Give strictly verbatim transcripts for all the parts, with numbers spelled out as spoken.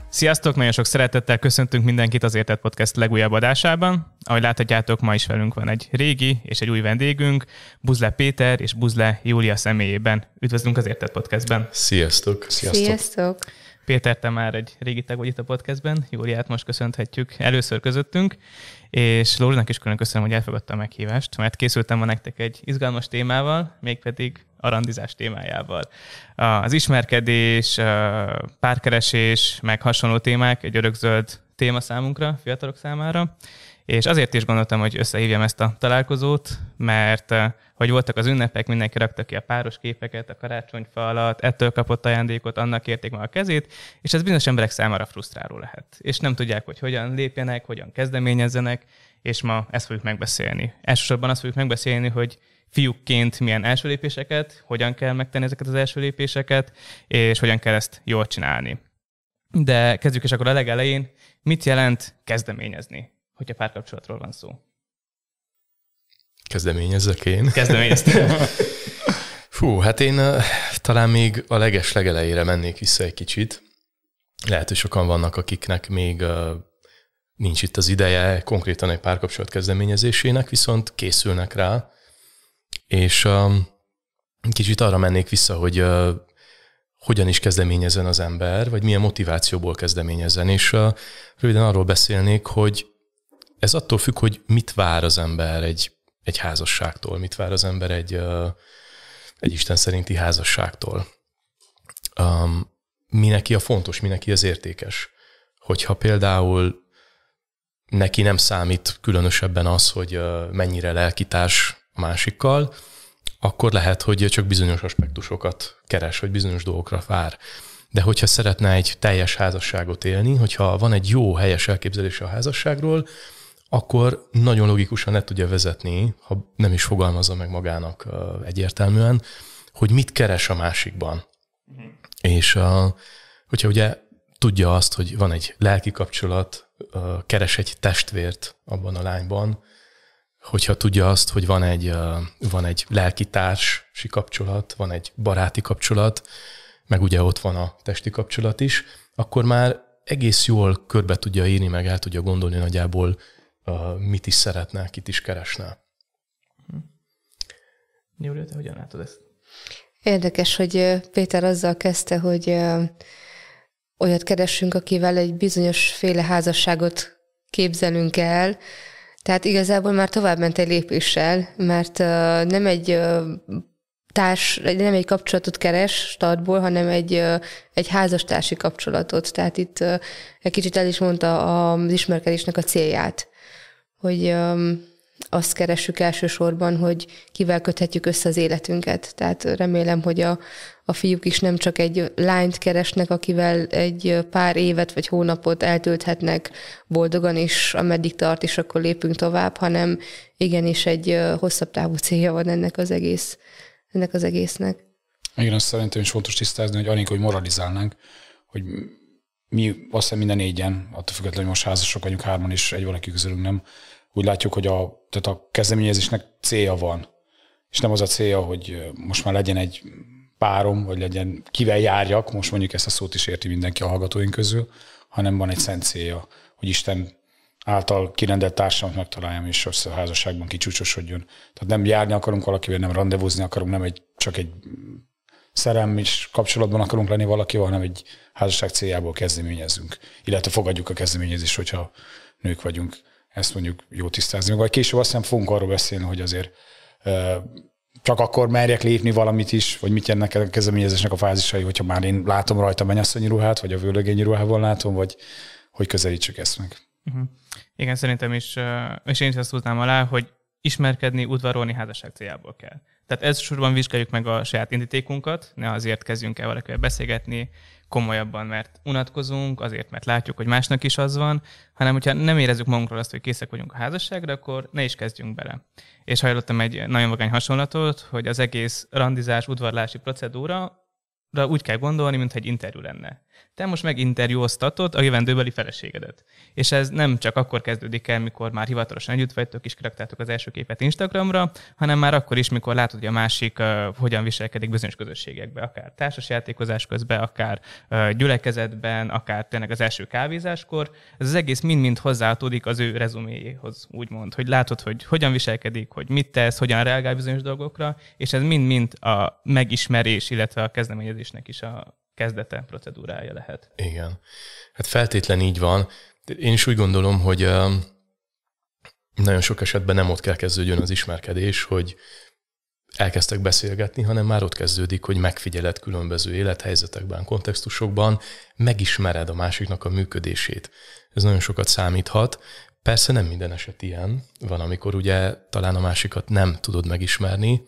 Sziasztok! Nagyon sok szeretettel köszöntünk mindenkit az Érted Podcast legújabb adásában. Ahogy láthatjátok, ma is velünk van egy régi és egy új vendégünk, Buzle Péter és Buzle Júlia személyében. Üdvözlünk az Érted Podcastben! Sziasztok! Sziasztok! Sziasztok. Péter, te már egy régi tag vagy itt a podcastben, Júliát most köszönhetjük először közöttünk, és Lórinak is külön köszönöm, hogy elfogadta a meghívást, mert készültem ma nektek egy izgalmas témával, mégpedig a randizás témájával. Az ismerkedés, párkeresés, meg hasonló témák egy örökzöld téma számunkra, fiatalok számára, és azért is gondoltam, hogy összehívjam ezt a találkozót, mert hogy voltak az ünnepek, mindenki rakta ki a páros képeket a karácsonyfa alatt, ettől kapott ajándékot, annak kérték meg a kezét, és ez bizonyos emberek számára frusztráló lehet. És nem tudják, hogy hogyan lépjenek, hogyan kezdeményezzenek, és ma ezt fogjuk megbeszélni. Elsősorban azt fogjuk megbeszélni, hogy fiúkként milyen első lépéseket, hogyan kell megtenni ezeket az első lépéseket, és hogyan kell ezt jól csinálni. De kezdjük is akkor a legelején. Mit jelent kezdeményezni, hogyha párkapcsolatról van szó? Kezdeményezzek én. Kezdeményeztem. Fú, hát én uh, talán még a leges legelejére mennék vissza egy kicsit. Lehet, hogy sokan vannak, akiknek még uh, nincs itt az ideje konkrétan egy párkapcsolat kezdeményezésének, viszont készülnek rá. És um, kicsit arra mennék vissza, hogy uh, hogyan is kezdeményezzen az ember, vagy milyen motivációból kezdeményezzen. És uh, röviden arról beszélnék, hogy ez attól függ, hogy mit vár az ember egy, egy házasságtól, mit vár az ember egy, uh, egy Isten szerinti házasságtól. Um, mi neki a fontos, mi neki az értékes. Hogyha például neki nem számít különösebben az, hogy uh, mennyire lelkitárs a másikkal, akkor lehet, hogy csak bizonyos aspektusokat keres, vagy bizonyos dolgokra vár. De hogyha szeretne egy teljes házasságot élni, hogyha van egy jó, helyes elképzelése a házasságról, akkor nagyon logikusan le tudja vezetni, ha nem is fogalmazza meg magának uh, egyértelműen, hogy mit keres a másikban. Uh-huh. És uh, hogyha ugye tudja azt, hogy van egy lelki kapcsolat, uh, keres egy testvért abban a lányban, hogyha tudja azt, hogy van egy, uh, van egy lelkitársi kapcsolat, van egy baráti kapcsolat, meg ugye ott van a testi kapcsolat is, akkor már egész jól körbe tudja írni, meg el tudja gondolni nagyjából, uh, mit is szeretne, kit is keresne. Júlia, te hogyan látod ezt? Érdekes, hogy Péter azzal kezdte, hogy uh, olyat keressünk, akivel egy bizonyos féle házasságot képzelünk el. Tehát igazából már tovább ment egy lépéssel, mert uh, nem egy uh, társ, nem egy kapcsolatot keres startból, hanem egy, uh, egy házastársi kapcsolatot. Tehát itt uh, egy kicsit el is mondta az ismerkedésnek a célját, hogy um, azt keressük elsősorban, hogy kivel köthetjük össze az életünket. Tehát remélem, hogy a, a fiúk is nem csak egy lányt keresnek, akivel egy pár évet vagy hónapot eltölthetnek boldogan, és ameddig tart, és akkor lépünk tovább, hanem igenis egy hosszabb távú célja van ennek az egész, ennek az egésznek. Igen, azt szerintem is fontos tisztázni, hogy anélkül, hogy moralizálnánk, hogy mi azt hiszem minden négyen, attól függetlenül, hogy most házasok vagyunk hárman, és egy valaki közülünk nem, úgy látjuk, hogy a, tehát a kezdeményezésnek célja van. És nem az a célja, hogy most már legyen egy párom, vagy legyen kivel járjak, most mondjuk ezt a szót is érti mindenki a hallgatóink közül, hanem van egy szent célja, hogy Isten által kirendelt társamat megtaláljam, és össze a házasságban kicsúcsosodjon. Tehát nem járni akarunk valakivel, nem randevúzni akarunk, nem egy, csak egy szerelmi kapcsolatban akarunk lenni valakivel, hanem egy házasság céljából kezdeményezzünk. Illetve fogadjuk a kezdeményezést, hogyha nők vagyunk. Ezt mondjuk jó tisztázni. Vagy később azt hiszem fogunk arról beszélni, hogy azért uh, csak akkor merjek lépni valamit is, vagy mit jönnek a kezdeményezésnek a fázisai, hogyha már én látom rajta mennyasszonyi ruhát, vagy a vőlegényi ruhával látom, vagy hogy közelítsük ezt meg. Uh-huh. Igen, szerintem is, és én is azt húznám alá, hogy ismerkedni, udvarolni házasság céljából kell. Tehát elsősorban vizsgáljuk meg a saját indítékunkat, ne azért kezdjünk el valakivel beszélgetni komolyabban, mert unatkozunk, azért, mert látjuk, hogy másnak is az van, hanem hogyha nem érezzük magunkról azt, hogy készek vagyunk a házasságra, akkor ne is kezdjünk bele. És hallottam egy nagyon vagány hasonlatot, hogy az egész randizás, udvarlási procedúra úgy kell gondolni, mintha egy interjú lenne. Te most meginterjúoztatod a jövendőbeli feleségedet. És ez nem csak akkor kezdődik el, mikor már hivatalosan együtt vagytok és kiraktátok az első képet Instagramra, hanem már akkor is, mikor látod, hogy a másik uh, hogyan viselkedik bizonyos közösségekben, akár társasjátékozás közben, akár uh, gyülekezetben, akár tényleg az első kávézáskor. Ez az egész mind-mind hozzáadódik az ő rezuméjéhoz, úgymond, hogy látod, hogy hogyan viselkedik, hogy mit tesz, hogyan reagál bizonyos dolgokra, és ez mind-mind a megismerés, illetve a kezdeményezésnek is a kezdete, procedúrája lehet. Igen. Hát feltétlen így van. Én is úgy gondolom, hogy nagyon sok esetben nem ott kell kezdődjön az ismerkedés, hogy elkezdtek beszélgetni, hanem már ott kezdődik, hogy megfigyeled különböző élethelyzetekben, kontextusokban, megismered a másiknak a működését. Ez nagyon sokat számíthat. Persze nem minden eset ilyen. Van, amikor ugye talán a másikat nem tudod megismerni,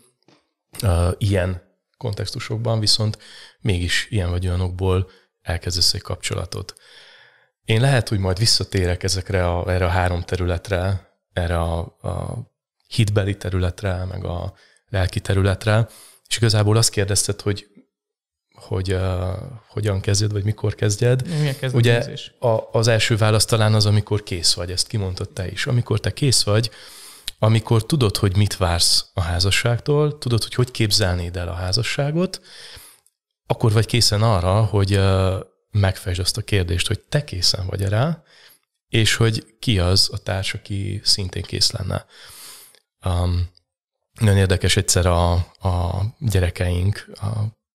ilyen kontextusokban, viszont mégis ilyen vagy olyanokból elkezdesz egy kapcsolatot. Én lehet, hogy majd visszatérek ezekre a, erre a három területre, erre a, a hitbeli területre, meg a lelki területre, és igazából azt kérdezted, hogy, hogy uh, hogyan kezdjed, vagy mikor kezdjed. Ugye a, az első válasz talán az, amikor kész vagy, ezt kimondtad te is. Amikor te kész vagy, amikor tudod, hogy mit vársz a házasságtól, tudod, hogy hogy képzelnéd el a házasságot, akkor vagy készen arra, hogy megfejtsd azt a kérdést, hogy te készen vagy rá, és hogy ki az a társ, aki szintén kész lenne. Um, nagyon érdekes, egyszer a, a gyerekeink a,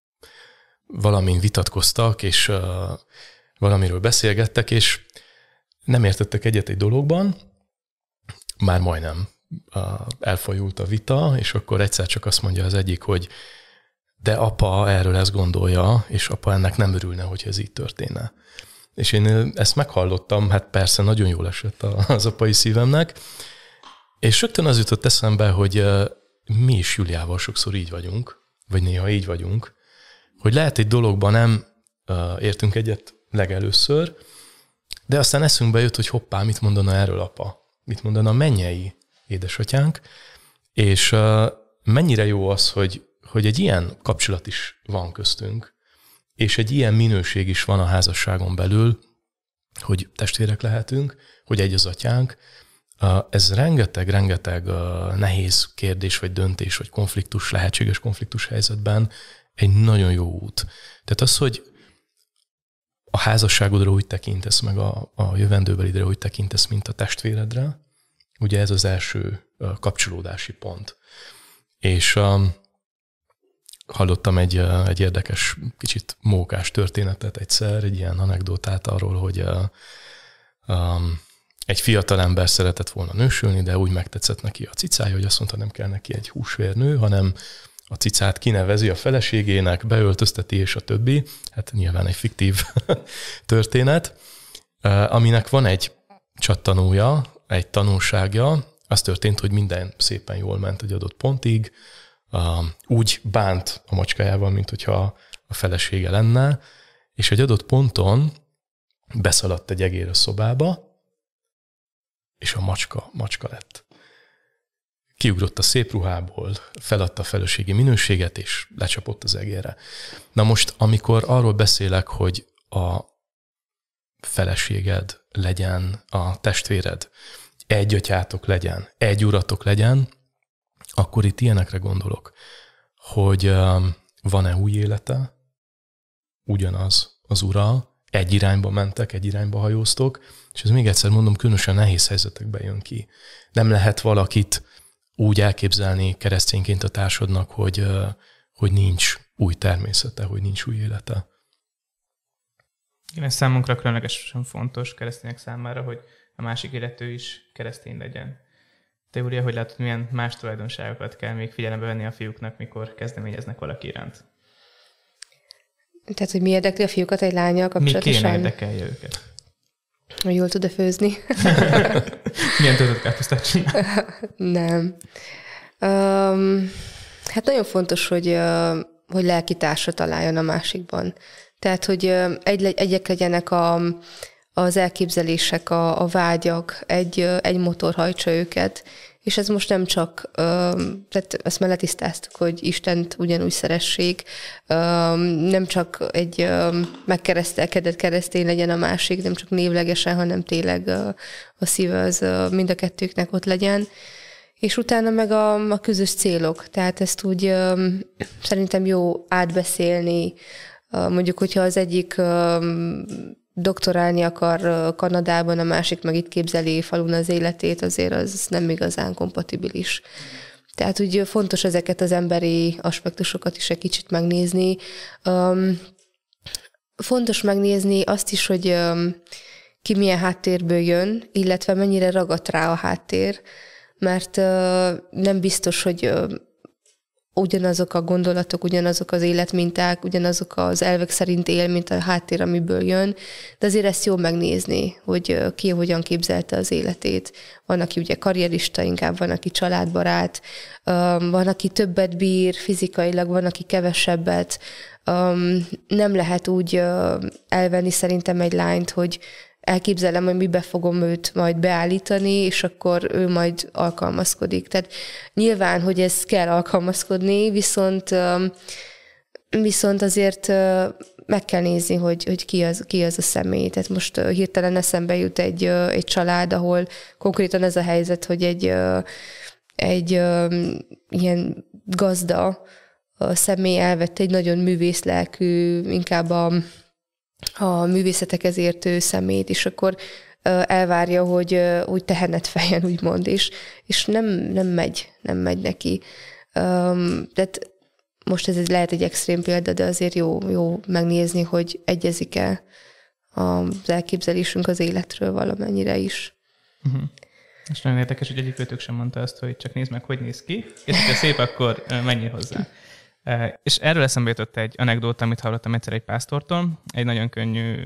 valamin vitatkoztak, és uh, valamiről beszélgettek, és nem értettek egyet egy dologban, már majdnem elfajult a vita, és akkor egyszer csak azt mondja az egyik, hogy de apa erről ezt gondolja, és apa ennek nem örülne, hogy ez így történne. És én ezt meghallottam, hát persze nagyon jól esett az apai szívemnek, és rögtön az jutott eszembe, hogy mi is Juliával sokszor így vagyunk, vagy néha így vagyunk, hogy lehet egy dologban nem értünk egyet legelőször, de aztán eszünkbe jött, hogy hoppá, mit mondana erről apa? Mit mondana a mennyei édesatyánk, és mennyire jó az, hogy, hogy egy ilyen kapcsolat is van köztünk, és egy ilyen minőség is van a házasságon belül, hogy testvérek lehetünk, hogy egy az atyánk. Ez rengeteg-rengeteg nehéz kérdés, vagy döntés, vagy konfliktus, lehetséges konfliktus helyzetben egy nagyon jó út. Tehát az, hogy a házasságodra úgy tekintesz, meg a, a jövendőbelidre úgy tekintesz, mint a testvéredre, ugye ez az első kapcsolódási pont. És um, hallottam egy, egy érdekes, kicsit mókás történetet egyszer, egy ilyen anekdotát arról, hogy uh, um, egy fiatal ember szeretett volna nősülni, de úgy megtetszett neki a cicája, hogy azt mondta, nem kell neki egy húsvérnő, hanem a cicát kinevezi a feleségének, beöltözteti, és a többi. Hát nyilván egy fiktív történet, uh, aminek van egy csattanója, egy tanulságja. Az történt, hogy minden szépen jól ment egy adott pontig, uh, úgy bánt a macskájával, mint hogyha a felesége lenne, és egy adott ponton beszaladt egy egér a szobába, és a macska, macska lett. Kiugrott a szép ruhából, feladta a feleségi minőséget, és lecsapott az egérre. Na most, amikor arról beszélek, hogy a feleséged legyen, a testvéred, egy atyátok legyen, egy uratok legyen, akkor itt ilyenekre gondolok, hogy van-e új élete, ugyanaz az ura, egy irányba mentek, egy irányba hajóztok, és ez még egyszer mondom, különösen nehéz helyzetekben jön ki. Nem lehet valakit úgy elképzelni keresztényként a társadnak, hogy, hogy nincs új természete, hogy nincs új élete. Igen, ez számunkra különlegesen fontos keresztények számára, hogy a másik illető is keresztény legyen. Te, Júlia, hogy látod, milyen más tulajdonságokat kell még figyelembe venni a fiúknak, mikor kezdeményeznek valaki iránt? Tehát, hogy mi érdekli a fiúkat egy lányjal kapcsolatosan? Mi kéne érdekelje őket? Hogy jól tud-e főzni? Milyen töltött káposztát csinál? Nem. Um, hát nagyon fontos, hogy, uh, hogy lelki társra találjon a másikban. Tehát, hogy uh, egy, egyek legyenek a, az elképzelések, a, a vágyak, egy, uh, egy motor hajtsa őket, és ez most nem csak, tehát ezt már letisztáztuk, hogy Istent ugyanúgy szeressék, nem csak egy megkeresztelkedett keresztény legyen a másik, nem csak névlegesen, hanem tényleg a szíve az mind a kettőknek ott legyen. És utána meg a, a közös célok, tehát ezt úgy szerintem jó átbeszélni, mondjuk, hogyha az egyik doktorálni akar Kanadában, a másik meg itt képzeli falun az életét, azért az nem igazán kompatibilis. Tehát úgy fontos ezeket az emberi aspektusokat is egy kicsit megnézni. Um, fontos megnézni azt is, hogy um, ki milyen háttérből jön, illetve mennyire ragadt rá a háttér, mert uh, nem biztos, hogy uh, ugyanazok a gondolatok, ugyanazok az életminták, ugyanazok az elvek szerint él, mint a háttér, amiből jön, de azért ezt jó megnézni, hogy ki hogyan képzelte az életét. Van, aki ugye karrierista inkább, van, aki családbarát, van, aki többet bír fizikailag, van, aki kevesebbet. Nem lehet úgy elvenni szerintem egy lányt, hogy elképzelem, hogy mibe fogom őt majd beállítani, és akkor ő majd alkalmazkodik. Tehát nyilván, hogy ez kell alkalmazkodni, viszont, viszont azért meg kell nézni, hogy, hogy ki, az, ki az a személy. Tehát most hirtelen eszembe jut egy, egy család, ahol konkrétan ez a helyzet, hogy egy, egy ilyen gazda személy elvette egy nagyon művészlelkű, inkább a a művészetekhez értő szemét, és akkor elvárja, hogy úgy tehenet fejen, úgymond, és, és nem, nem megy, nem megy neki. Tehát most ez lehet egy extrém példa, de azért jó, jó megnézni, hogy egyezik-e az elképzelésünk az életről valamennyire is. Uh-huh. És nagyon érdekes, hogy egyikőtök sem mondta azt, hogy csak nézd meg, hogy néz ki, és ha szép, akkor menjél hozzá. Uh, és erről eszembe jutott egy anekdóta, amit hallottam egyszer egy pásztortól. Egy nagyon könnyű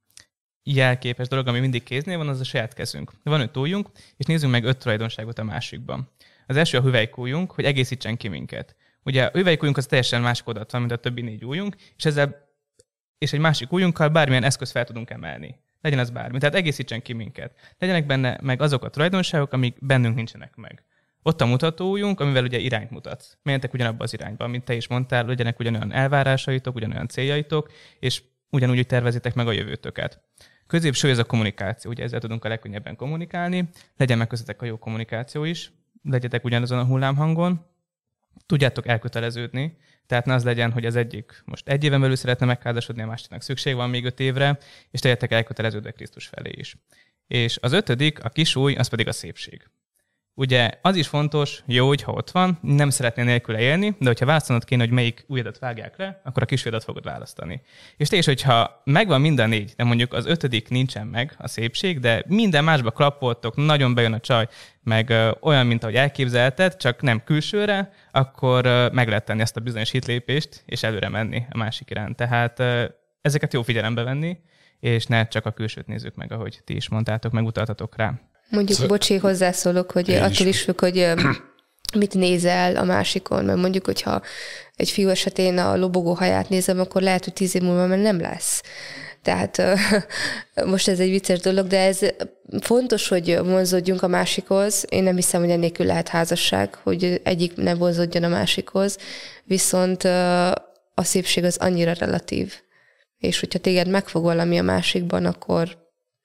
jelképes dolog, ami mindig kéznél van, az a saját kezünk. Van öt ujjunk, és nézzünk meg öt tulajdonságot a másikban. Az első a hüvelykujjunk, hogy egészítsen ki minket. Ugye a hüvelykujjunk az teljesen másik odat van, mint a többi négy ujjunk, és ezzel és egy másik ujjunkkal bármilyen eszközt fel tudunk emelni. Legyen az bármi. Tehát egészítsen ki minket. Legyenek benne meg azok a tulajdonságok, amik bennünk nincsenek meg. Ott a mutatóujjunk, amivel ugye irányt mutatsz. Menjetek ugyanabba az irányba, mint te is mondtál, legyenek ugyanolyan elvárásaitok, ugyanolyan céljaitok, és ugyanúgy, hogy tervezitek meg a jövőtöket. Középső ez a kommunikáció, ugye ezzel tudunk a legkönnyebben kommunikálni, legyen meg közöttek a jó kommunikáció is, legyetek ugyanazon a hullámhangon, tudjátok elköteleződni, tehát ne az legyen, hogy az egyik most egy éven belül szeretne megházasodni, a másiknak szükség van még öt évre, és legyetek elköteleződve Krisztus felé is. És az ötödik, a kisúj, az pedig a szépség. Ugye az is fontos, jó, hogyha ott van, nem szeretnél nélküle élni, de hogyha választanod kéne, hogy melyik ujjadat vágják le, akkor a kisujjadat fogod választani. És te is, hogyha megvan minden négy, de mondjuk az ötödik nincsen meg, a szépség, de minden másba klappoltok, nagyon bejön a csaj, meg ö, olyan, mint ahogy elképzelted, csak nem külsőre, akkor ö, meg lehet tenni ezt a bizonyos hitlépést, és előre menni a másik iránt. Tehát ö, ezeket jó figyelembe venni, és ne csak a külsőt nézzük meg, ahogy ti is mondtátok, megutaltatok rá. Mondjuk, szóval, bocsi, hozzászólok, hogy attól is, is függ, hogy mit nézel a másikon, mert mondjuk, hogyha egy fiú esetén a lobogó haját nézem, akkor lehet, hogy tíz év múlva már nem lesz. Tehát most ez egy vicces dolog, de ez fontos, hogy vonzódjunk a másikhoz. Én nem hiszem, hogy ennélkül lehet házasság, hogy egyik ne vonzódjon a másikhoz, viszont a szépség az annyira relatív. És hogyha téged megfog valami a másikban, akkor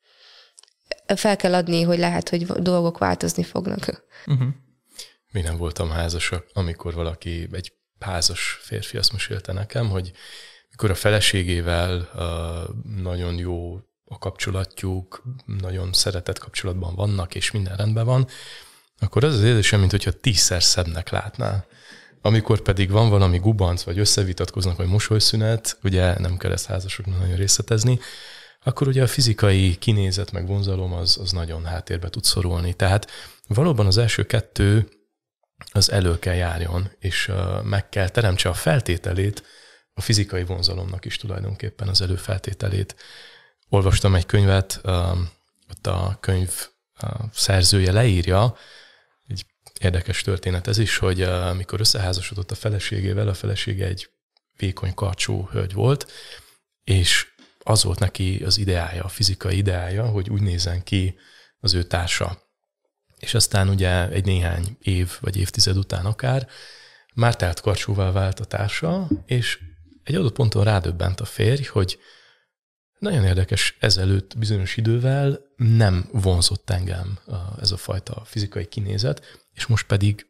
fel kell adni, hogy lehet, hogy dolgok változni fognak. Uh-huh. Még nem voltam házas, amikor valaki, egy házas férfi azt mesélte nekem, hogy mikor a feleségével uh, nagyon jó a kapcsolatjuk, nagyon szeretett kapcsolatban vannak, és minden rendben van, akkor az az érzésem, mint hogyha tízszer szebbnek látná. Amikor pedig van valami gubanc, vagy összevitatkoznak, vagy mosolyszünet, ugye nem kell ezt házasoknak nagyon részletezni, akkor ugye a fizikai kinézet meg vonzalom az, az nagyon háttérbe tud szorulni. Tehát valóban az első kettő az elő kell járjon, és uh, meg kell teremtse a feltételét, a fizikai vonzalomnak is tulajdonképpen az előfeltételét. Olvastam egy könyvet, uh, ott a könyv uh, szerzője leírja, egy érdekes történet ez is, hogy uh, amikor összeházasodott a feleségével, a felesége egy vékony karcsú hölgy volt, és az volt neki az ideája, a fizikai ideája, hogy úgy nézzen ki az ő társa. és aztán ugye egy néhány év vagy évtized után akár már telt karcsúvá vált a társa, és egy adott ponton rádöbbent a férj, hogy nagyon érdekes, ezelőtt bizonyos idővel nem vonzott engem ez a fajta fizikai kinézet, és most pedig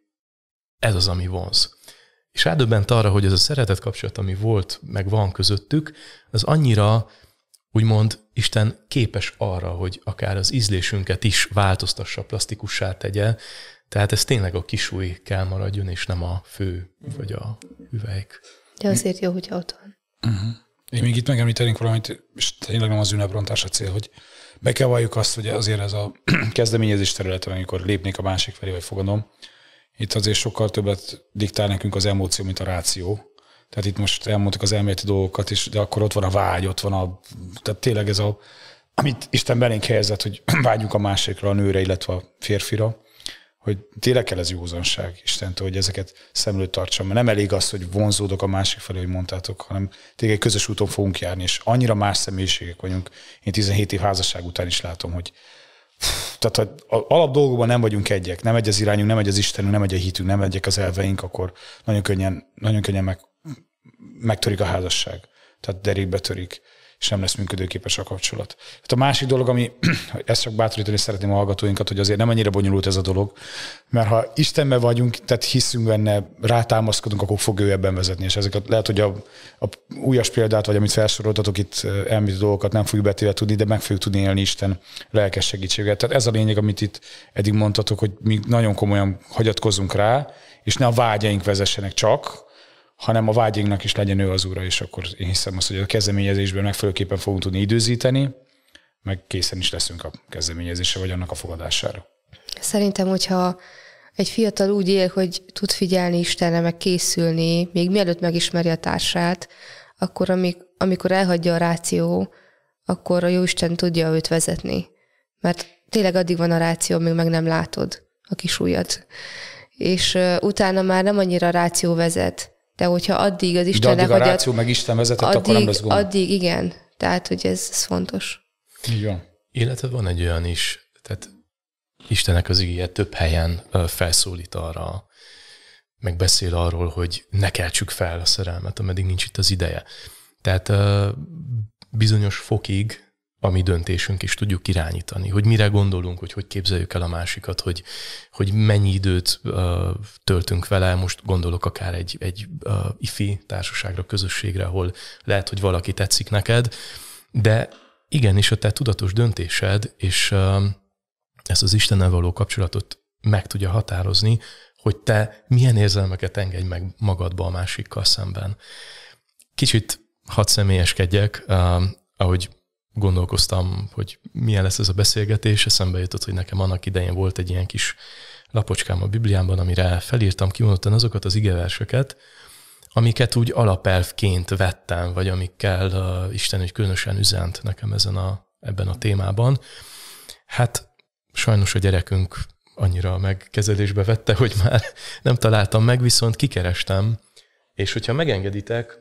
ez az, ami vonz. És rádöbbent arra, hogy ez a szeretet kapcsolat, ami volt, meg van közöttük, az annyira, úgymond, Isten képes arra, hogy akár az ízlésünket is változtassa, plastikussá tegye, tehát ez tényleg a kisúly kell maradjon, és nem a fő, vagy a hüvelyk. De azért jó, hogyha ott van. Uh-huh. Én még itt megemlítenénk valamit, és tényleg nem az ünneprontás a cél, hogy be kell valljuk azt, hogy azért ez a kezdeményezés területen, amikor lépnék a másik felé, vagy fogadom, itt azért sokkal többet diktál nekünk az emóció, mint a ráció. Tehát itt most elmondtuk az elméleti dolgokat, és de akkor ott van a vágy, ott van a... Tehát tényleg ez a... Amit Isten belénk helyezett, hogy vágyunk a másikra, a nőre, illetve a férfira, hogy tényleg kell ez józanság Istentől, hogy ezeket szem előtt tartsam. Mert nem elég az, hogy vonzódok a másik felé, hogy mondtátok, hanem tényleg egy közös úton fogunk járni, és annyira más személyiségek vagyunk. Én tizenhét év házasság után is látom, hogy tehát ha alap dolgokban nem vagyunk egyek, nem egy az irányunk, nem egy az Istenünk, nem egy a hitünk, nem egyek az elveink, akkor nagyon könnyen, nagyon könnyen meg, megtörik a házasság. Tehát derékbe törik, és nem lesz működőképes a kapcsolat. Hát a másik dolog, ami, ezt csak bátorítani szeretném a hallgatóinkat, hogy azért nem annyira bonyolult ez a dolog, mert ha Istenben vagyunk, tehát hiszünk benne, rátámaszkodunk, akkor fog ő ebben vezetni, és ezeket lehet, hogy a, a újas példát, vagy amit felsoroltatok itt elméleti dolgokat nem fogjuk betéve tudni, de meg fogjuk tudni élni Isten lelkes segítséget. Tehát ez a lényeg, amit itt eddig mondtatok, hogy mi nagyon komolyan hagyatkozzunk rá, és ne a vágyaink vezessenek csak, hanem a vágyainknak is legyen ő az Úr, és akkor én hiszem azt, hogy a kezdeményezésben megfelelőképpen fogunk tudni időzíteni, meg készen is leszünk a kezdeményezésre, vagy annak a fogadására. Szerintem, hogyha egy fiatal úgy él, hogy tud figyelni Istenre, meg készülni, még mielőtt megismeri a társát, akkor amikor elhagyja a ráció, akkor a Jóisten tudja őt vezetni. Mert tényleg addig van a ráció, még meg nem látod a kisujjat. És utána már nem annyira ráció vezet. De hogyha addig az Isten De addig a ráció meg Isten vezetett, addig, akkor nem lesz gond. Addig igen. Tehát, hogy ez, ez fontos. Így van. Illetve van egy olyan is, tehát Istennek az igéje több helyen felszólít arra, meg beszél arról, hogy ne keltsük fel a szerelmet, ameddig nincs itt az ideje. Tehát bizonyos fokig a mi döntésünk is tudjuk irányítani, hogy mire gondolunk, hogy hogy képzeljük el a másikat, hogy, hogy mennyi időt uh, töltünk vele. Most gondolok akár egy, egy uh, ifi társaságra, közösségre, ahol lehet, hogy valaki tetszik neked, de igenis a te tudatos döntésed, és uh, ezt az Istennel való kapcsolatot meg tudja határozni, hogy te milyen érzelmeket engedj meg magadba a másikkal szemben. Kicsit hadd személyeskedjek, uh, ahogy gondolkoztam, hogy milyen lesz ez a beszélgetés, eszembe jutott, hogy nekem annak idején volt egy ilyen kis lapocskám a Bibliámban, amire felírtam kimondottan azokat az igeverseket, amiket úgy alapelvként vettem, vagy amikkel uh, Isten úgy különösen üzent nekem ezen a, ebben a témában. Hát sajnos a gyerekünk annyira megkezelésbe vette, hogy már nem találtam meg, viszont kikerestem, és hogyha megengeditek,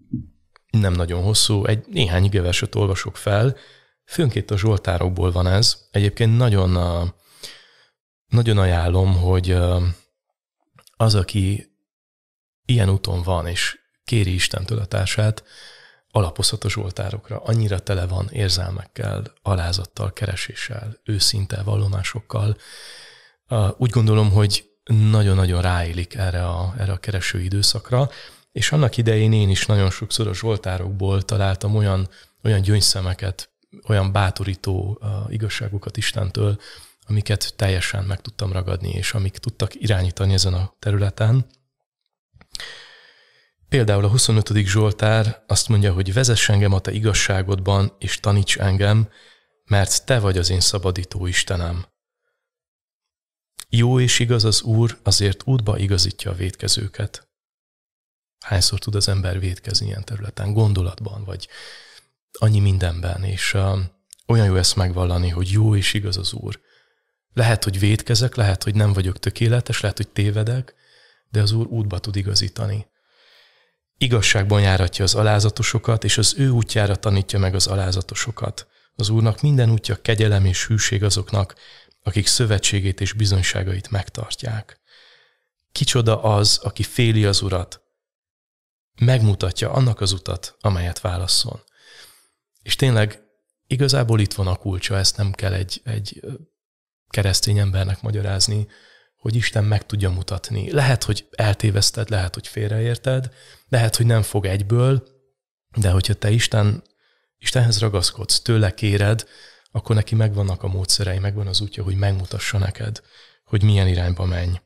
nem nagyon hosszú, egy néhány igeverset olvasok fel, főnként a zsoltárokból van ez. Egyébként nagyon, nagyon ajánlom, hogy az, aki ilyen úton van, és kéri Istentől a társát, alapozhat a zsoltárokra. Annyira tele van érzelmekkel, alázattal, kereséssel, őszinte vallomásokkal. Úgy gondolom, hogy nagyon-nagyon ráélik erre a, erre a kereső időszakra, és annak idején én is nagyon sokszor a zsoltárokból találtam olyan, olyan gyöngyszemeket, olyan bátorító uh, igazságokat Istentől, amiket teljesen meg tudtam ragadni, és amik tudtak irányítani ezen a területen. Például a huszonötödik zsoltár azt mondja, hogy vezess engem a te igazságodban, és taníts engem, mert te vagy az én szabadító Istenem. Jó és igaz az Úr, azért útba igazítja a vétkezőket. Hányszor tud az ember vétkezni ilyen területen, gondolatban, vagy annyi mindenben, és uh, olyan jó ezt megvallani, hogy jó és igaz az Úr. Lehet, hogy vétkezek, lehet, hogy nem vagyok tökéletes, lehet, hogy tévedek, de az Úr útba tud igazítani. Igazságban járatja az alázatosokat, és az ő útjára tanítja meg az alázatosokat. Az Úrnak minden útja kegyelem és hűség azoknak, akik szövetségét és bizonyságait megtartják. Kicsoda az, aki féli az Urat, megmutatja annak az utat, amelyet válasszon. És tényleg igazából itt van a kulcsa, ezt nem kell egy, egy keresztény embernek magyarázni, hogy Isten meg tudja mutatni. Lehet, hogy eltéveszted, lehet, hogy félreérted, lehet, hogy nem fog egyből, de hogyha te Isten, Istenhez ragaszkodsz, tőle kéred, akkor neki megvannak a módszerei, megvan az útja, hogy megmutassa neked, hogy milyen irányba menj.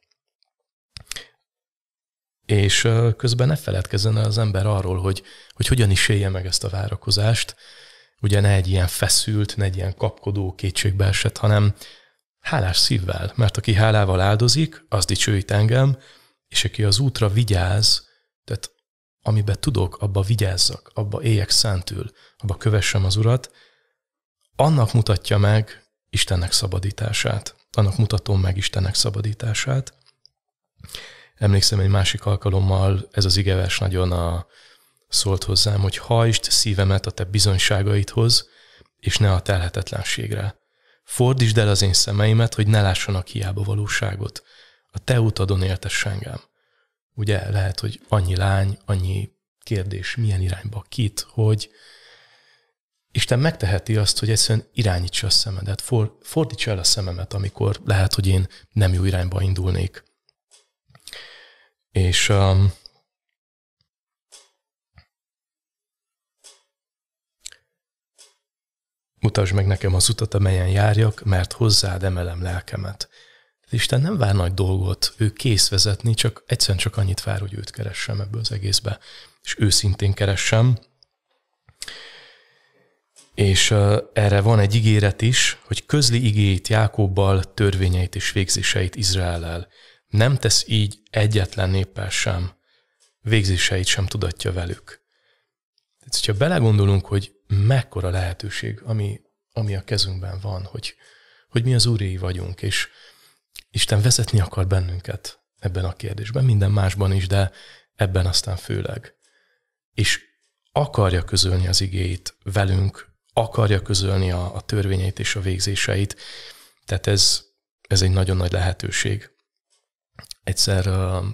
És közben ne feledkezzen el az ember arról, hogy, hogy hogyan is élje meg ezt a várakozást. Ugye ne egy ilyen feszült, ne egy ilyen kapkodó, kétségbeesett, hanem hálás szívvel, mert aki hálával áldozik, az dicsőít engem, és aki az útra vigyáz, tehát amiben tudok, abba vigyázzak, abba éljek szentül, abba kövessem az Urat, annak mutatja meg Istennek szabadítását. Annak mutatom meg Istennek szabadítását. Emlékszem, egy másik alkalommal ez az igevers nagyon a, szólt hozzám, hogy hajtsd szívemet a te bizonyságaidhoz, és ne a telhetetlenségre. Fordítsd el az én szemeimet, hogy ne lássanak hiába valóságot. A te utadon éltess engem. Ugye lehet, hogy annyi lány, annyi kérdés, milyen irányba, kit, hogy Isten megteheti azt, hogy egyszerűen irányítsa a szemedet, for, fordítsa el a szememet, amikor lehet, hogy én nem jó irányba indulnék. És um, mutasd meg nekem az utat, amelyen járjak, mert hozzád emelem lelkemet. Isten nem vár nagy dolgot, ő kész vezetni, csak egyszerűen csak annyit vár, hogy őt keressem ebből az egészbe, és őszintén keressem. És uh, erre van egy ígéret is, hogy közli igéit Jákobbal, törvényeit és végzéseit Izraellel. Nem tesz így egyetlen néppel sem, végzéseit sem tudatja velük. Tehát, hogyha belegondolunk, hogy mekkora lehetőség, ami, ami a kezünkben van, hogy, hogy mi az úréi vagyunk, és Isten vezetni akar bennünket ebben a kérdésben, minden másban is, de ebben aztán főleg. És akarja közölni az igéit velünk, akarja közölni a, a törvényeit és a végzéseit. Tehát ez, ez egy nagyon nagy lehetőség. Egyszer,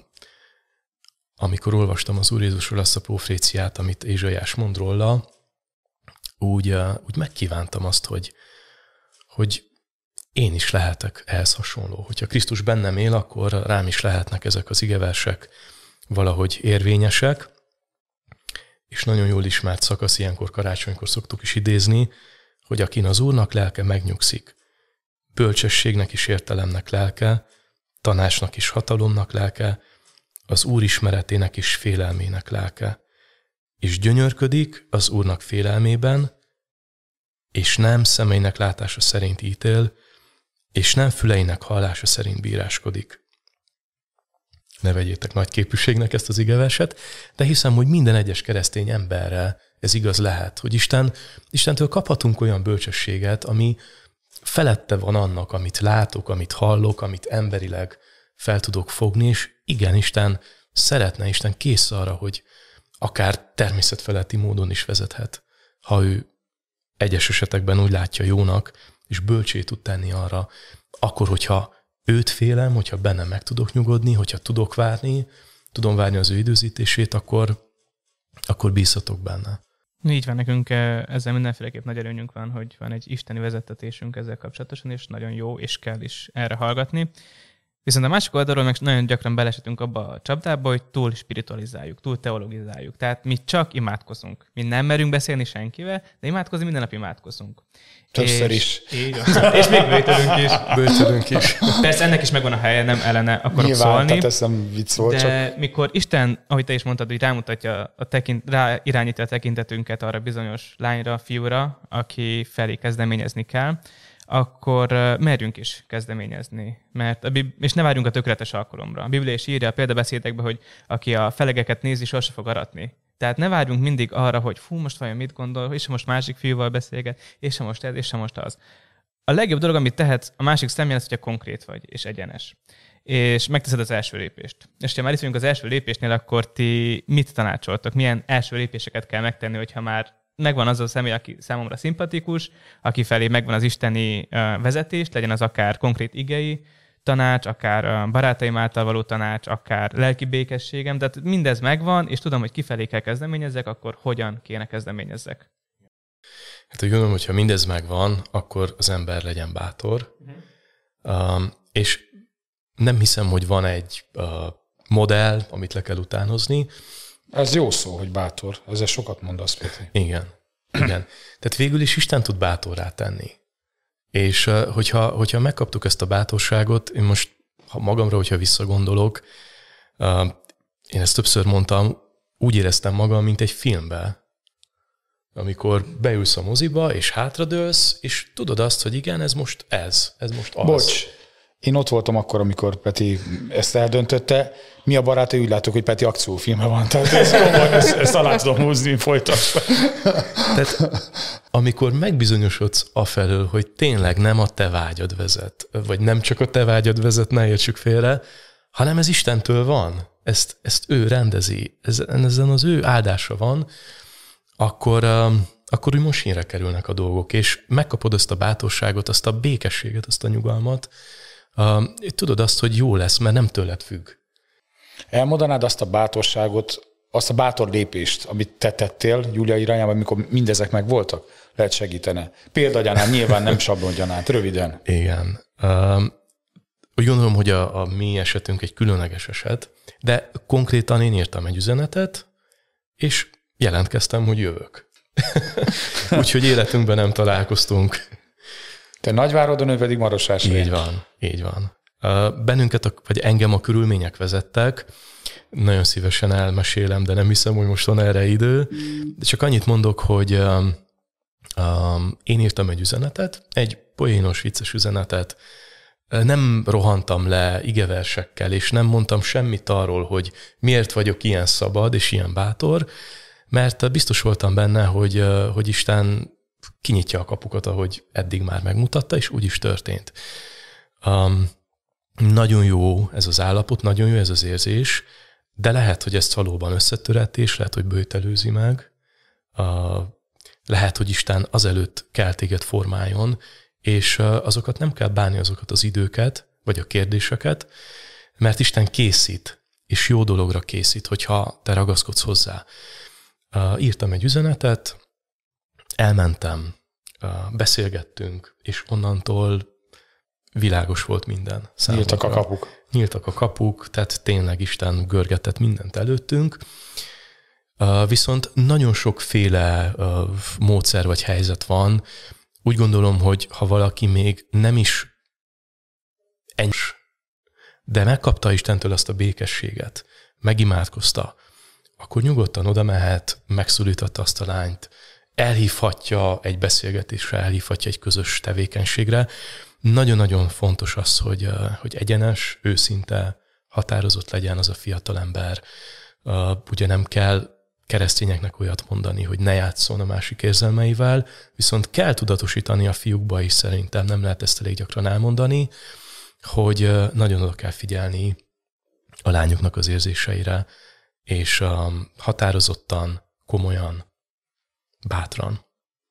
amikor olvastam az Úr Jézusról azt a proféciát, amit Ézsaiás mond róla, úgy, úgy megkívántam azt, hogy, hogy én is lehetek ehhez hasonló. Hogyha Krisztus bennem él, akkor rám is lehetnek ezek az igeversek valahogy érvényesek, és nagyon jól ismert szakasz, ilyenkor karácsonykor szoktuk is idézni, hogy akin az Úrnak lelke megnyugszik, bölcsességnek és értelemnek lelke, tanácsnak és hatalomnak lelke, az Úr ismeretének és félelmének lelke, és gyönyörködik az Úrnak félelmében, és nem szemeinek látása szerint ítél, és nem füleinek hallása szerint bíráskodik. Ne vegyétek nagy képűségnek ezt az igeverset, de hiszem, hogy minden egyes keresztény emberre ez igaz lehet, hogy Isten, Istentől kaphatunk olyan bölcsességet, ami felette van annak, amit látok, amit hallok, amit emberileg fel tudok fogni, és igen, Isten szeretne, Isten kész arra, hogy akár természetfeletti módon is vezethet, ha ő egyes esetekben úgy látja jónak, és bölcsé tud tenni arra, akkor, hogyha őt félem, hogyha bennem meg tudok nyugodni, hogyha tudok várni, tudom várni az ő időzítését, akkor, akkor bízhatok benne. Így van, nekünk ezzel mindenféleképp nagy előnyünk van, hogy van egy isteni vezettetésünk ezzel kapcsolatosan, és nagyon jó, és kell is erre hallgatni. Viszont a másik oldalról meg nagyon gyakran belesetünk abba a csapdába, hogy túl spiritualizáljuk, túl teologizáljuk. Tehát mi csak imádkozunk. Mi nem merünk beszélni senkivel, de imádkozni minden nap imádkozunk. Többször és, is. És, és még bőtölünk is. Bőtölünk is. Persze ennek is megvan a helye, nem ellene akarok Nyilván, szólni. tehát ez nem vicc volt, de csak... mikor Isten, ahogy te is mondtad, hogy rámutatja, a tekint, rá irányítja a tekintetünket arra bizonyos lányra, fiúra, aki felé kezdeményezni kell, akkor merjünk is kezdeményezni. Mert a Bib- és ne várjunk a tökéletes alkalomra. A Biblia is írja a példabeszédekben, hogy aki a felegeket nézi, sose fog aratni. Tehát ne várjunk mindig arra, hogy fú, most vajon mit gondol, és most másik fiúval beszélget, és sem most ez, és sem most az. A legjobb dolog, amit tehetsz a másik személyen, az, hogyha konkrét vagy, és egyenes. És megteszed az első lépést. És ha már itt vagyunk az első lépésnél, akkor ti mit tanácsoltok? Milyen első lépéseket kell megtenni, hogyha már megvan az a személy, aki számomra szimpatikus, aki felé megvan az isteni vezetés, legyen az akár konkrét igei tanács, akár barátaim által való tanács, akár lelki békességem, tehát mindez megvan, és tudom, hogy kifelé kell kezdeményezzek, akkor hogyan kéne kezdeményezzek. Hát úgy gondolom, hogyha mindez megvan, akkor az ember legyen bátor, uh-huh. um, és nem hiszem, hogy van egy uh, modell, amit le kell utánozni. Ez jó szó, hogy bátor. Ezzel sokat mondasz, Péter. Igen. Igen. Tehát végül is Isten tud bátorrá tenni. És uh, hogyha, hogyha megkaptuk ezt a bátorságot, én most ha magamra, hogyha visszagondolok, uh, én ezt többször mondtam, úgy éreztem magam, mint egy filmbe, amikor beülsz a moziba, és hátradőlsz, és tudod azt, hogy igen, ez most ez, ez most az. Bocs, én ott voltam akkor, amikor Peti ezt eldöntötte. Mi a barátai, úgy látok, hogy Peti akciófilme van. Tehát ez komoly, ezt, ezt alá tudom húzni, folytasd. Tehát amikor megbizonyosodsz afelől, hogy tényleg nem a te vágyad vezet, vagy nem csak a te vágyad vezet, ne értsük félre, hanem ez Istentől van. Ezt, ezt ő rendezi, ezen az ő áldása van, akkor, akkor úgy mosínre kerülnek a dolgok, és megkapod azt a bátorságot, azt a békességet, azt a nyugalmat. Tudod azt, hogy jó lesz, mert nem tőled függ. Elmondanád azt a bátorságot, azt a bátor lépést, amit te tettél Júlia irányában, amikor mindezek meg voltak? Lehet segítene. Példagyanán, nyilván nem sablongyanát, röviden. Igen. Um, úgy gondolom, hogy a, a mi esetünk egy különleges eset, de konkrétan én írtam egy üzenetet, és jelentkeztem, hogy jövök. Úgyhogy életünkben nem találkoztunk. Te Nagyváradon, ő pedig Marosvásárhelyen. Így van, így van. Bennünket, a, vagy engem a körülmények vezettek, nagyon szívesen elmesélem, de nem hiszem, hogy most van erre idő. De csak annyit mondok, hogy um, um, én írtam egy üzenetet, egy poénos, vicces üzenetet, nem rohantam le igeversekkel, és nem mondtam semmit arról, hogy miért vagyok ilyen szabad és ilyen bátor, mert biztos voltam benne, hogy, hogy Isten kinyitja a kapukat, ahogy eddig már megmutatta, és úgy is történt. Um, nagyon jó ez az állapot, nagyon jó ez az érzés, de lehet, hogy ezt valóban összetöretés, lehet, hogy böjtelőzi meg, uh, lehet, hogy Isten azelőtt kell téged formáljon, és uh, azokat nem kell bánni, azokat az időket, vagy a kérdéseket, mert Isten készít, és jó dologra készít, hogyha te ragaszkodsz hozzá. Uh, írtam egy üzenetet, elmentem, uh, beszélgettünk, és onnantól világos volt minden számomra. Nyíltak a kapuk. Nyíltak a kapuk, tehát tényleg Isten görgetett mindent előttünk. Uh, viszont nagyon sokféle uh, módszer vagy helyzet van. Úgy gondolom, hogy ha valaki még nem is ennyi, de megkapta Istentől azt a békességet, megimádkozta, akkor nyugodtan oda mehet, megszólítatta azt a lányt, elhívhatja egy beszélgetésre, elhívhatja egy közös tevékenységre. Nagyon-nagyon fontos az, hogy, hogy egyenes, őszinte, határozott legyen az a fiatalember. Ugye nem kell keresztényeknek olyat mondani, hogy ne játsszon a másik érzelmeivel, viszont kell tudatosítani a fiúkba is, szerintem nem lehet ezt elég gyakran elmondani, hogy nagyon oda kell figyelni a lányoknak az érzéseire, és um, határozottan, komolyan, bátran.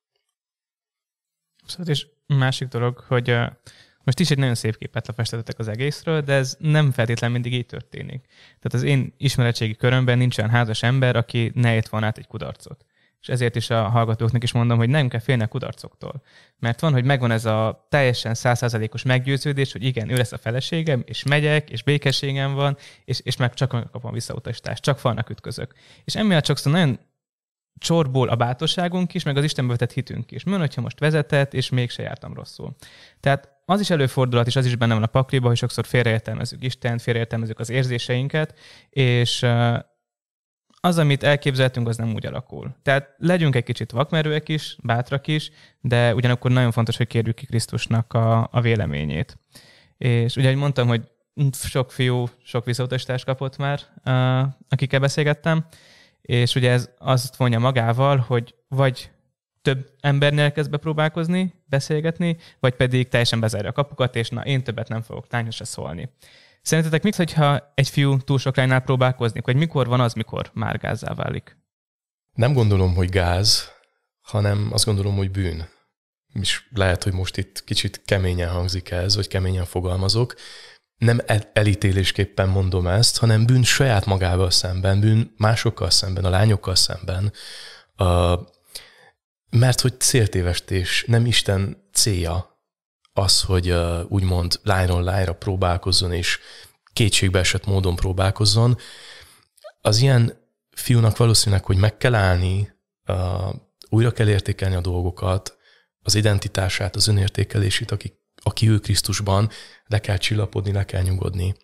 Szóval és másik dolog, hogy uh, most is egy nagyon szép képet lefestettetek az egészről, de ez nem feltétlenül mindig így történik. Tehát az én ismeretségi körömben nincs olyan házas ember, aki ne ért volna át egy kudarcot. És ezért is a hallgatóknak is mondom, hogy nem kell félni a kudarcoktól. Mert van, hogy megvan ez a teljesen száz százalékos meggyőződés, hogy igen, ő lesz a feleségem, és megyek, és békességem van, és, és meg csak megkapom visszautasítást, csak falnak ütközök. És emiatt sokszor nagyon csorból a bátorságunk is, meg az Istenbe vetett hitünk is. Mi van, hogyha most vezetett, és mégse jártam rosszul. Tehát az is előfordulhat, és az is benne van a pakliba, hogy sokszor félreértelmezzük Istent, félreértelmezzük az érzéseinket, és az, amit elképzeltünk, az nem úgy alakul. Tehát legyünk egy kicsit vakmerőek is, bátrak is, de ugyanakkor nagyon fontos, hogy kérjük ki Krisztusnak a, a véleményét. És ugye, ahogy mondtam, hogy sok fiú, sok visszautasítást kapott már, akikkel beszélgettem, és ugye ez azt vonja magával, hogy vagy több embernél kezd bepróbálkozni, beszélgetni, vagy pedig teljesen bezárja a kapukat, és na, én többet nem fogok lányosra szólni. Szerintetek mit, hogyha egy fiú túl sok lánynál próbálkozni, vagy mikor van az, mikor már gázzá válik? Nem gondolom, hogy gáz, hanem azt gondolom, hogy bűn. És lehet, hogy most itt kicsit keményen hangzik ez, vagy keményen fogalmazok. Nem el- elítélésképpen mondom ezt, hanem bűn saját magával szemben, bűn másokkal szemben, a lányokkal szemben. A, mert hogy céltévesztés, nem Isten célja az, hogy uh, úgymond lányról lányra próbálkozzon, és kétségbeesett módon próbálkozzon. Az ilyen fiúnak valószínűleg, hogy meg kell állni, uh, újra kell értékelni a dolgokat, az identitását, az önértékelését, aki, aki ő Krisztusban, le kell csillapodni, le kell nyugodni.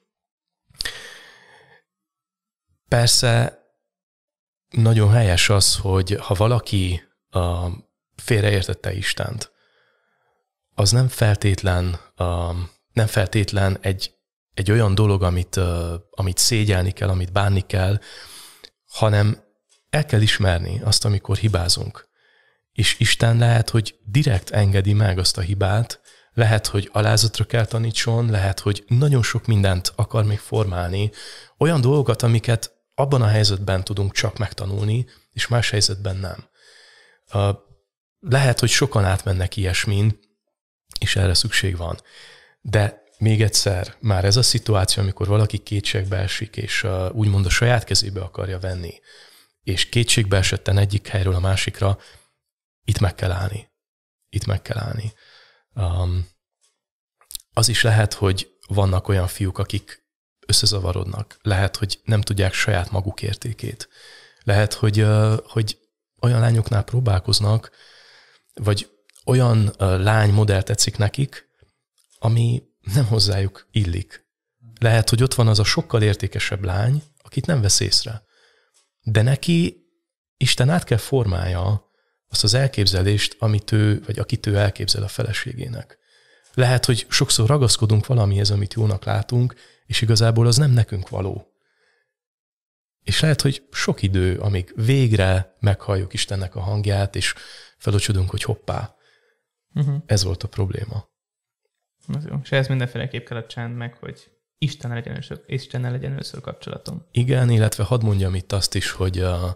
Persze nagyon helyes az, hogy ha valaki uh, félreértette Istent, az nem feltétlen, uh, nem feltétlen egy, egy olyan dolog, amit, uh, amit szégyelni kell, amit bánni kell, hanem el kell ismerni azt, amikor hibázunk. És Isten lehet, hogy direkt engedi meg azt a hibát, lehet, hogy alázatra kell tanítson, lehet, hogy nagyon sok mindent akar még formálni, olyan dolgokat, amiket abban a helyzetben tudunk csak megtanulni, és más helyzetben nem. Lehet, hogy sokan átmennek ilyesmin, és erre szükség van. De még egyszer, már ez a szituáció, amikor valaki kétségbe esik, és úgymond a saját kezébe akarja venni, és kétségbe esetten egyik helyről a másikra, itt meg kell állni. Itt meg kell állni. Um, az is lehet, hogy vannak olyan fiúk, akik összezavarodnak. Lehet, hogy nem tudják saját maguk értékét. Lehet, hogy, uh, hogy olyan lányoknál próbálkoznak, vagy olyan uh, lánymodell tetszik nekik, ami nem hozzájuk illik. Lehet, hogy ott van az a sokkal értékesebb lány, akit nem vesz észre. De neki Isten át kell formálja azt az elképzelést, amit ő, vagy akit ő elképzel a feleségének. Lehet, hogy sokszor ragaszkodunk valamihez, amit jónak látunk, és igazából az nem nekünk való. És lehet, hogy sok idő, amíg végre meghalljuk Istennek a hangját, és felocsodunk, hogy hoppá, uh-huh. Ez volt a probléma. Az jó. És ez mindenféleképp kell a csend meg, hogy Istennel legyen először, Istennel legyen először kapcsolatom. Igen, illetve hadd mondjam itt azt is, hogy a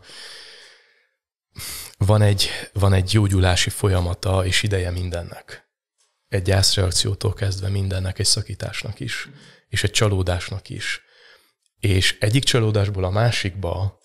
Van egy, van egy gyógyulási folyamata és ideje mindennek. Egy gyászreakciótól kezdve mindennek, egy szakításnak is, és egy csalódásnak is. És egyik csalódásból a másikba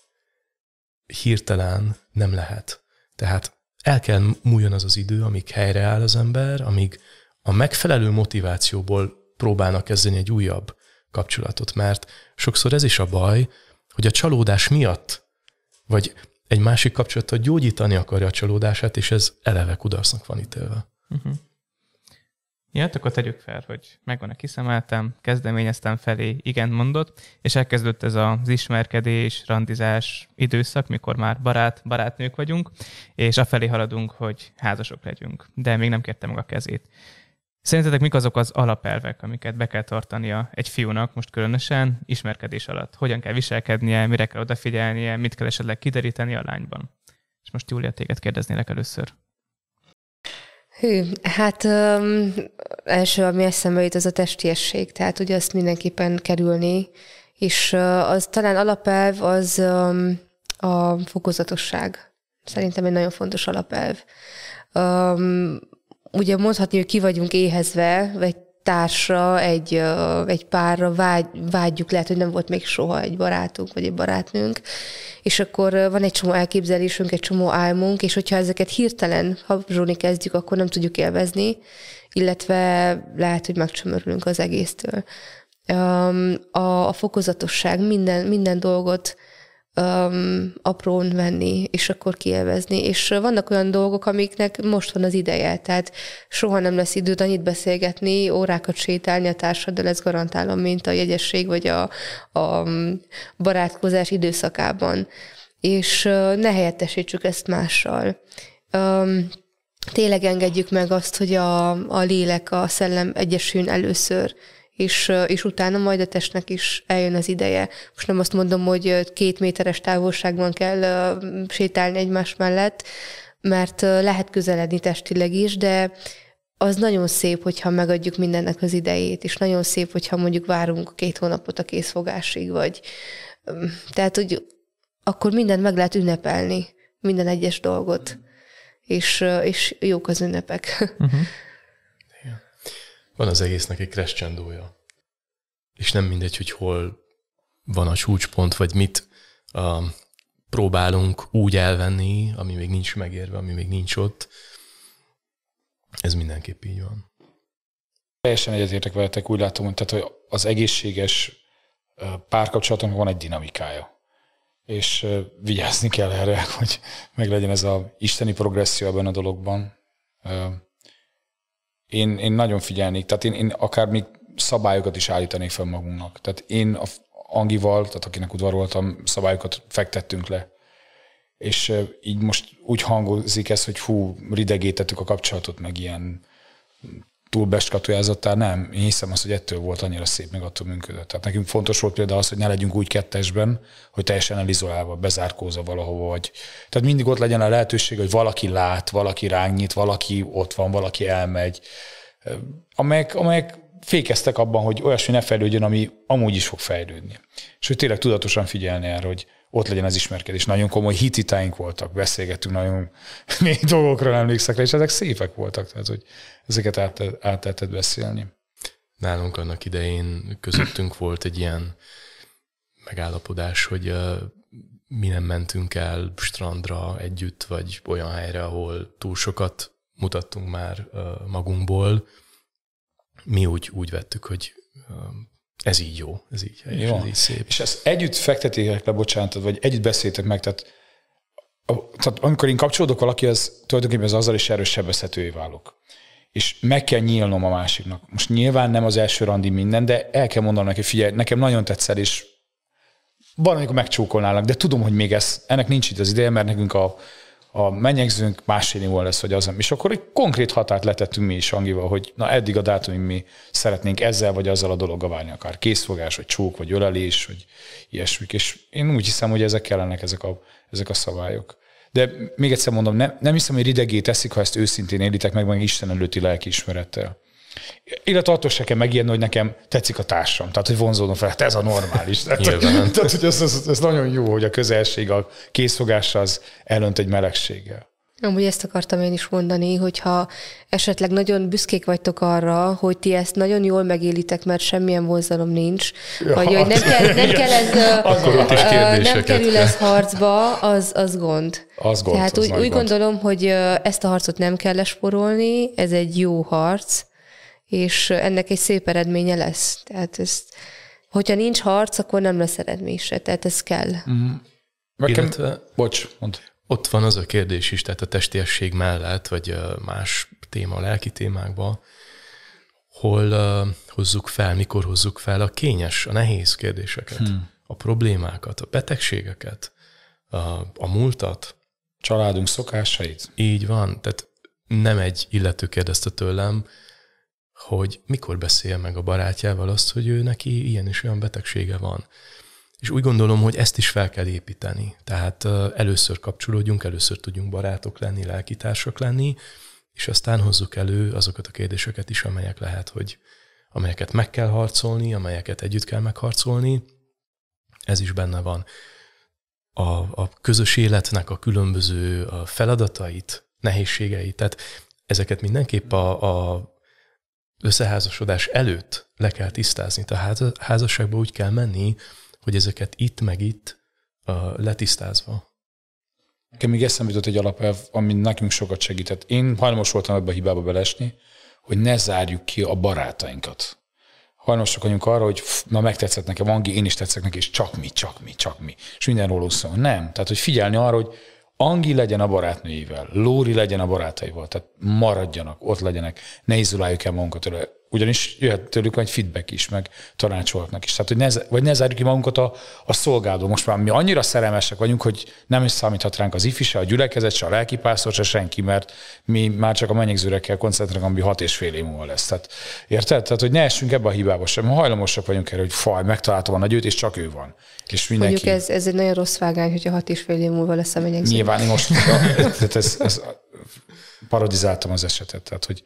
hirtelen nem lehet. Tehát el kell múljon az az idő, amíg helyreáll az ember, amíg a megfelelő motivációból próbálnak kezdeni egy újabb kapcsolatot, mert sokszor ez is a baj, hogy a csalódás miatt, vagy egy másik kapcsolatot gyógyítani akarja a csalódását, és ez eleve kudarcnak van ítélve. Uh-huh. Ja, akkor tegyük fel, hogy megvan a kiszemeltem, kezdeményeztem felé, igen mondott, és elkezdődött ez az ismerkedés, randizás időszak, mikor már barát, barátnők vagyunk, és afelé haladunk, hogy házasok legyünk, de még nem kérte meg a kezét. Szerintetek mik azok az alapelvek, amiket be kell tartania egy fiúnak most különösen ismerkedés alatt? Hogyan kell viselkednie, mire kell odafigyelnie, mit kell esetleg kideríteni a lányban? És most Júlia, téged kérdeznélek először. Hű, hát um, első, ami eszembe jut, az a testiesség, tehát ugye azt mindenképpen kerülni, és uh, az talán alapelv az um, a fokozatosság. Szerintem egy nagyon fontos alapelv. Um, ugye mondhatni, hogy ki vagyunk éhezve, vagy társra, egy, egy párra vágy, vágyjuk, lehet, hogy nem volt még soha egy barátunk, vagy egy barátnőnk, és akkor van egy csomó elképzelésünk, egy csomó álmunk, és hogyha ezeket hirtelen habzsolni kezdjük, akkor nem tudjuk élvezni, illetve lehet, hogy megcsömörülünk az egésztől. A, a fokozatosság, minden, minden dolgot Um, aprón venni, és akkor kielvezni. És vannak olyan dolgok, amiknek most van az ideje, tehát soha nem lesz időd annyit beszélgetni, órákat sétálni a társaddal, ez garantálom, mint a jegyesség, vagy a, a barátkozás időszakában. És uh, ne helyettesítsük ezt mással. Um, tényleg engedjük meg azt, hogy a, a lélek, a szellem egyesüljön először, És, és utána majd a testnek is eljön az ideje. Most nem azt mondom, hogy két méteres távolságban kell sétálni egymás mellett, mert lehet közeledni testileg is, de az nagyon szép, hogyha megadjuk mindennek az idejét, és nagyon szép, hogyha mondjuk várunk két hónapot a készfogásig, vagy tehát, hogy akkor mindent meg lehet ünnepelni, minden egyes dolgot. és, és jók az ünnepek. Uh-huh. Van az egésznek egy crescendója. És nem mindegy, hogy hol van a csúcspont, vagy mit uh, próbálunk úgy elvenni, ami még nincs megérve, ami még nincs ott. Ez mindenképp így van. Teljesen egyetértek veletek, úgy látom, hogy, tehát, hogy az egészséges párkapcsolatnak van egy dinamikája. És uh, vigyázni kell erre, hogy meglegyen ez az isteni progresszió ebben a dologban. Uh, én, én nagyon figyelnék, tehát én, én akár még szabályokat is állítanék fel magunknak. Tehát én a Angival, tehát akinek udvaroltam, szabályokat fektettünk le. És uh, így most úgy hangozik ez, hogy hú, ridegítettük a kapcsolatot, meg ilyen túl beskatujázottál, nem. Én hiszem azt, hogy ettől volt annyira szép, meg attól működött. Tehát nekünk fontos volt például az, hogy ne legyünk úgy kettesben, hogy teljesen elizolálva, bezárkózva valahova vagy. Tehát mindig ott legyen a lehetőség, hogy valaki lát, valaki ránk nyit, valaki ott van, valaki elmegy. Amelyek, amelyek fékeztek abban, hogy olyasmi ne fejlődjön, ami amúgy is fog fejlődni. És hogy tényleg tudatosan figyelni erre, hogy ott legyen az ismerkedés. Nagyon komoly hititáink voltak, beszélgettünk nagyon mély dolgokról, emlékszek rá, és ezek szépek voltak, tehát hogy ezeket át, át lehetett beszélni. Nálunk annak idején közöttünk volt egy ilyen megállapodás, hogy uh, mi nem mentünk el strandra együtt, vagy olyan helyre, ahol túl sokat mutattunk már uh, magunkból. Mi úgy, úgy vettük, hogy uh, ez így jó, ez így helyes, jó. Ez így szép. És ezt együtt fektetétek le, bocsánat, vagy együtt beszéltek meg, tehát, a, tehát amikor én kapcsolódok valakihez, tulajdonképpen az azzal is erős sebezhetővé válok. És meg kell nyílnom a másiknak. Most nyilván nem az első randi minden, de el kell mondanom neki, figyelj, nekem nagyon tetszel, és van, amikor megcsókolnálnak, de tudom, hogy még ez, ennek nincs itt az ideje, mert nekünk a, a menyegzőnk másfél évvel lesz, vagy az. És akkor egy konkrét határt letettünk mi is Angival, hogy na eddig a dátumig mi szeretnénk ezzel vagy azzal a dologgal várni, akár készfogás, vagy csók, vagy ölelés, vagy ilyesmik. És én úgy hiszem, hogy ezek kellenek, ezek a, ezek a szabályok. De még egyszer mondom, nem, nem hiszem, hogy ridegé teszik, ha ezt őszintén élitek meg, meg Isten előtti lelkiismerettel. Illetve attól se kell megijedni, hogy nekem tetszik a társam. Tehát, hogy vonzódom fel, hát ez a normális. Tehát, tehát hogy ez, ez, ez nagyon jó, hogy a közelség, a készfogás az elönt egy melegséggel. Amúgy ezt akartam én is mondani, hogyha esetleg nagyon büszkék vagytok arra, hogy ti ezt nagyon jól megélitek, mert semmilyen vonzalom nincs, ja, vagy hogy nem kell, nem kell ez, nem kerül ez harcba, az, az gond. Az gond. Tehát az úgy, úgy gondolom, hogy ezt a harcot nem kell lesporolni, ez egy jó harc, és ennek egy szép eredménye lesz. Tehát ezt, hogyha nincs harc, akkor nem lesz eredmény se, tehát ez kell. Mm. Illetve, bocs, mondd. Ott van az a kérdés is, tehát a testiesség mellett, vagy más téma, lelki témákban, hol uh, hozzuk fel, mikor hozzuk fel a kényes, a nehéz kérdéseket, hmm. a problémákat, a betegségeket, a, a múltat. Családunk szokásait. Így van, tehát nem egy illető kérdezte tőlem, hogy mikor beszélje meg a barátjával azt, hogy ő neki ilyen és olyan betegsége van. És úgy gondolom, hogy ezt is fel kell építeni. Tehát először kapcsolódjunk, először tudjunk barátok lenni, lelkitársak lenni, és aztán hozzuk elő azokat a kérdéseket is, amelyek lehet, hogy amelyeket meg kell harcolni, amelyeket együtt kell megharcolni. Ez is benne van. A, a közös életnek a különböző feladatait, nehézségeit, tehát ezeket mindenképp a, a összeházasodás előtt le kell tisztázni. Tehát a házasságba úgy kell menni, hogy ezeket itt meg itt uh, letisztázva. Nekem még eszembe jutott egy alapelv, ami nekünk sokat segített. Én hajlamos voltam ebbe a hibába belesni, hogy ne zárjuk ki a barátainkat. Hajlamosak vagyunk arra, hogy na megtetszett nekem Angi, én is tetszek neki, és csak mi, csak mi, csak mi. És minden róluk szól. Nem. Tehát, hogy figyelni arra, hogy Angi legyen a barátnőivel, Lóri legyen a barátaival, tehát maradjanak, ott legyenek, ne izoláljuk el magunkat tőle. Ugyanis jöhet tőlük egy feedback is, meg tanácsolhatnak is. Tehát, hogy ne, vagy ne zárjuk ki magunkat a, a szolgáló. Most már mi annyira szerelmesek vagyunk, hogy nem is számíthat ránk az ifi se, a gyülekezet se, a lelkipásztor se, senki, mert mi már csak a menyegzőre kell koncentrálni, ami hat és fél év múlva lesz. Tehát, érted? Tehát, hogy ne essünk ebbe a hibába sem. Hajlamosak vagyunk erre, hogy faj, megtaláltam a nagy őt, és csak ő van. És mindenki... Mondjuk ez, ez egy nagyon rossz vágány, hogyha hat és fél év múlva lesz a menyegző. Nyilván én most tehát ez, ez, parodizáltam az esetet. Tehát, hogy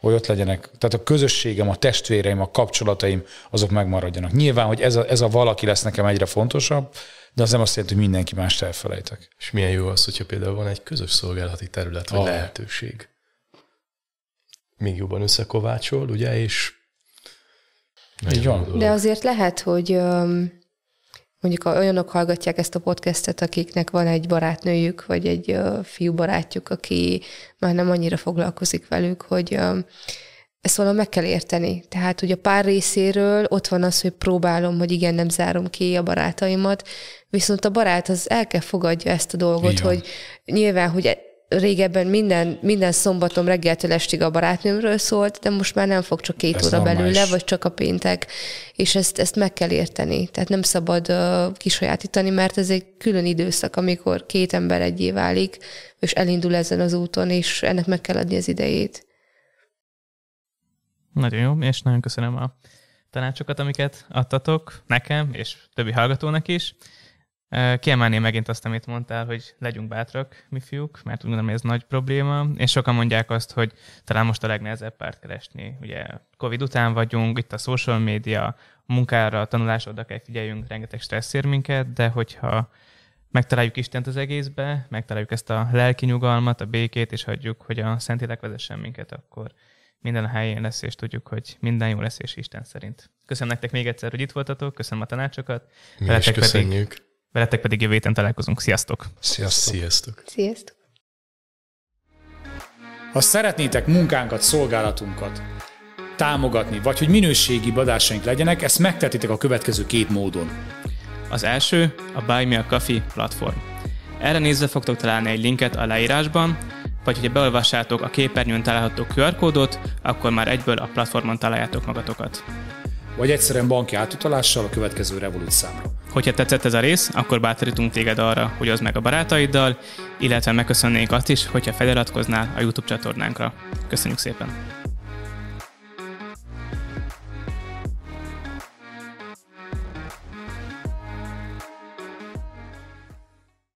hogy ott legyenek, tehát a közösségem, a testvéreim, a kapcsolataim, azok megmaradjanak. Nyilván, hogy ez a, ez a valaki lesz nekem egyre fontosabb, de az nem azt jelenti, hogy mindenki mást elfelejtek. És milyen jó az, hogyha például van egy közös szolgálati terület, vagy ah. lehetőség. Még jobban összekovácsol, ugye, és így van. De azért lehet, hogy mondjuk olyanok hallgatják ezt a podcastet, akiknek van egy barátnőjük, vagy egy fiú barátjuk, aki már nem annyira foglalkozik velük, hogy ezt valahogy meg kell érteni. Tehát ugye a pár részéről ott van az, hogy próbálom, hogy igen, nem zárom ki a barátaimat, viszont a barát az el kell fogadja ezt a dolgot, igen. hogy nyilván, hogy régebben minden, minden szombatom reggeltől estig a barátnőmről szólt, de most már nem fog csak két ez óra normális. Belőle, vagy csak a péntek, és ezt, ezt meg kell érteni. Tehát nem szabad uh, kisajátítani, mert ez egy külön időszak, amikor két ember egyé válik, és elindul ezen az úton, és ennek meg kell adni az idejét. Nagyon jó, és nagyon köszönöm a tanácsokat, amiket adtatok nekem, és többi hallgatónak is. Kiemelném megint azt, amit mondtál, hogy legyünk bátrak, mi fiúk, mert úgy gondolom, hogy ez nagy probléma, és sokan mondják azt, hogy talán most a legnehezebb párt keresni. Ugye Covid után vagyunk, itt a social media, a munkára, a tanulásra oda kell figyeljünk, rengeteg stressz ér minket, de hogyha megtaláljuk Istent az egészbe, megtaláljuk ezt a lelki nyugalmat, a békét, és hagyjuk, hogy a Szentlélek vezessen minket, akkor minden a helyén lesz, és tudjuk, hogy minden jó lesz, és Isten szerint. Köszönöm nektek még egyszer, hogy itt voltatok, köszönöm a tanácsokat. Mi is köszönjük. Pedig, veletek pedig jövő héten találkozunk. Sziasztok! Sziasztok! Sziasztok! Sziasztok! Ha szeretnétek munkánkat, szolgálatunkat támogatni, vagy hogy minőségi adásaink legyenek, ezt megtehetitek a következő két módon. Az első a Buy Me a Coffee platform. Erre nézve fogtok találni egy linket a leírásban, vagy hogyha beolvassátok a képernyőn található kú er kódot, akkor már egyből a platformon találjátok magatokat. Vagy egyszerűen banki átutalással a következő Revolut számra. Hogyha tetszett ez a rész, akkor bátorítunk téged arra, hogy oszd meg a barátaiddal, illetve megköszönnénk azt is, hogyha feliratkoznál a YouTube csatornánkra. Köszönjük szépen!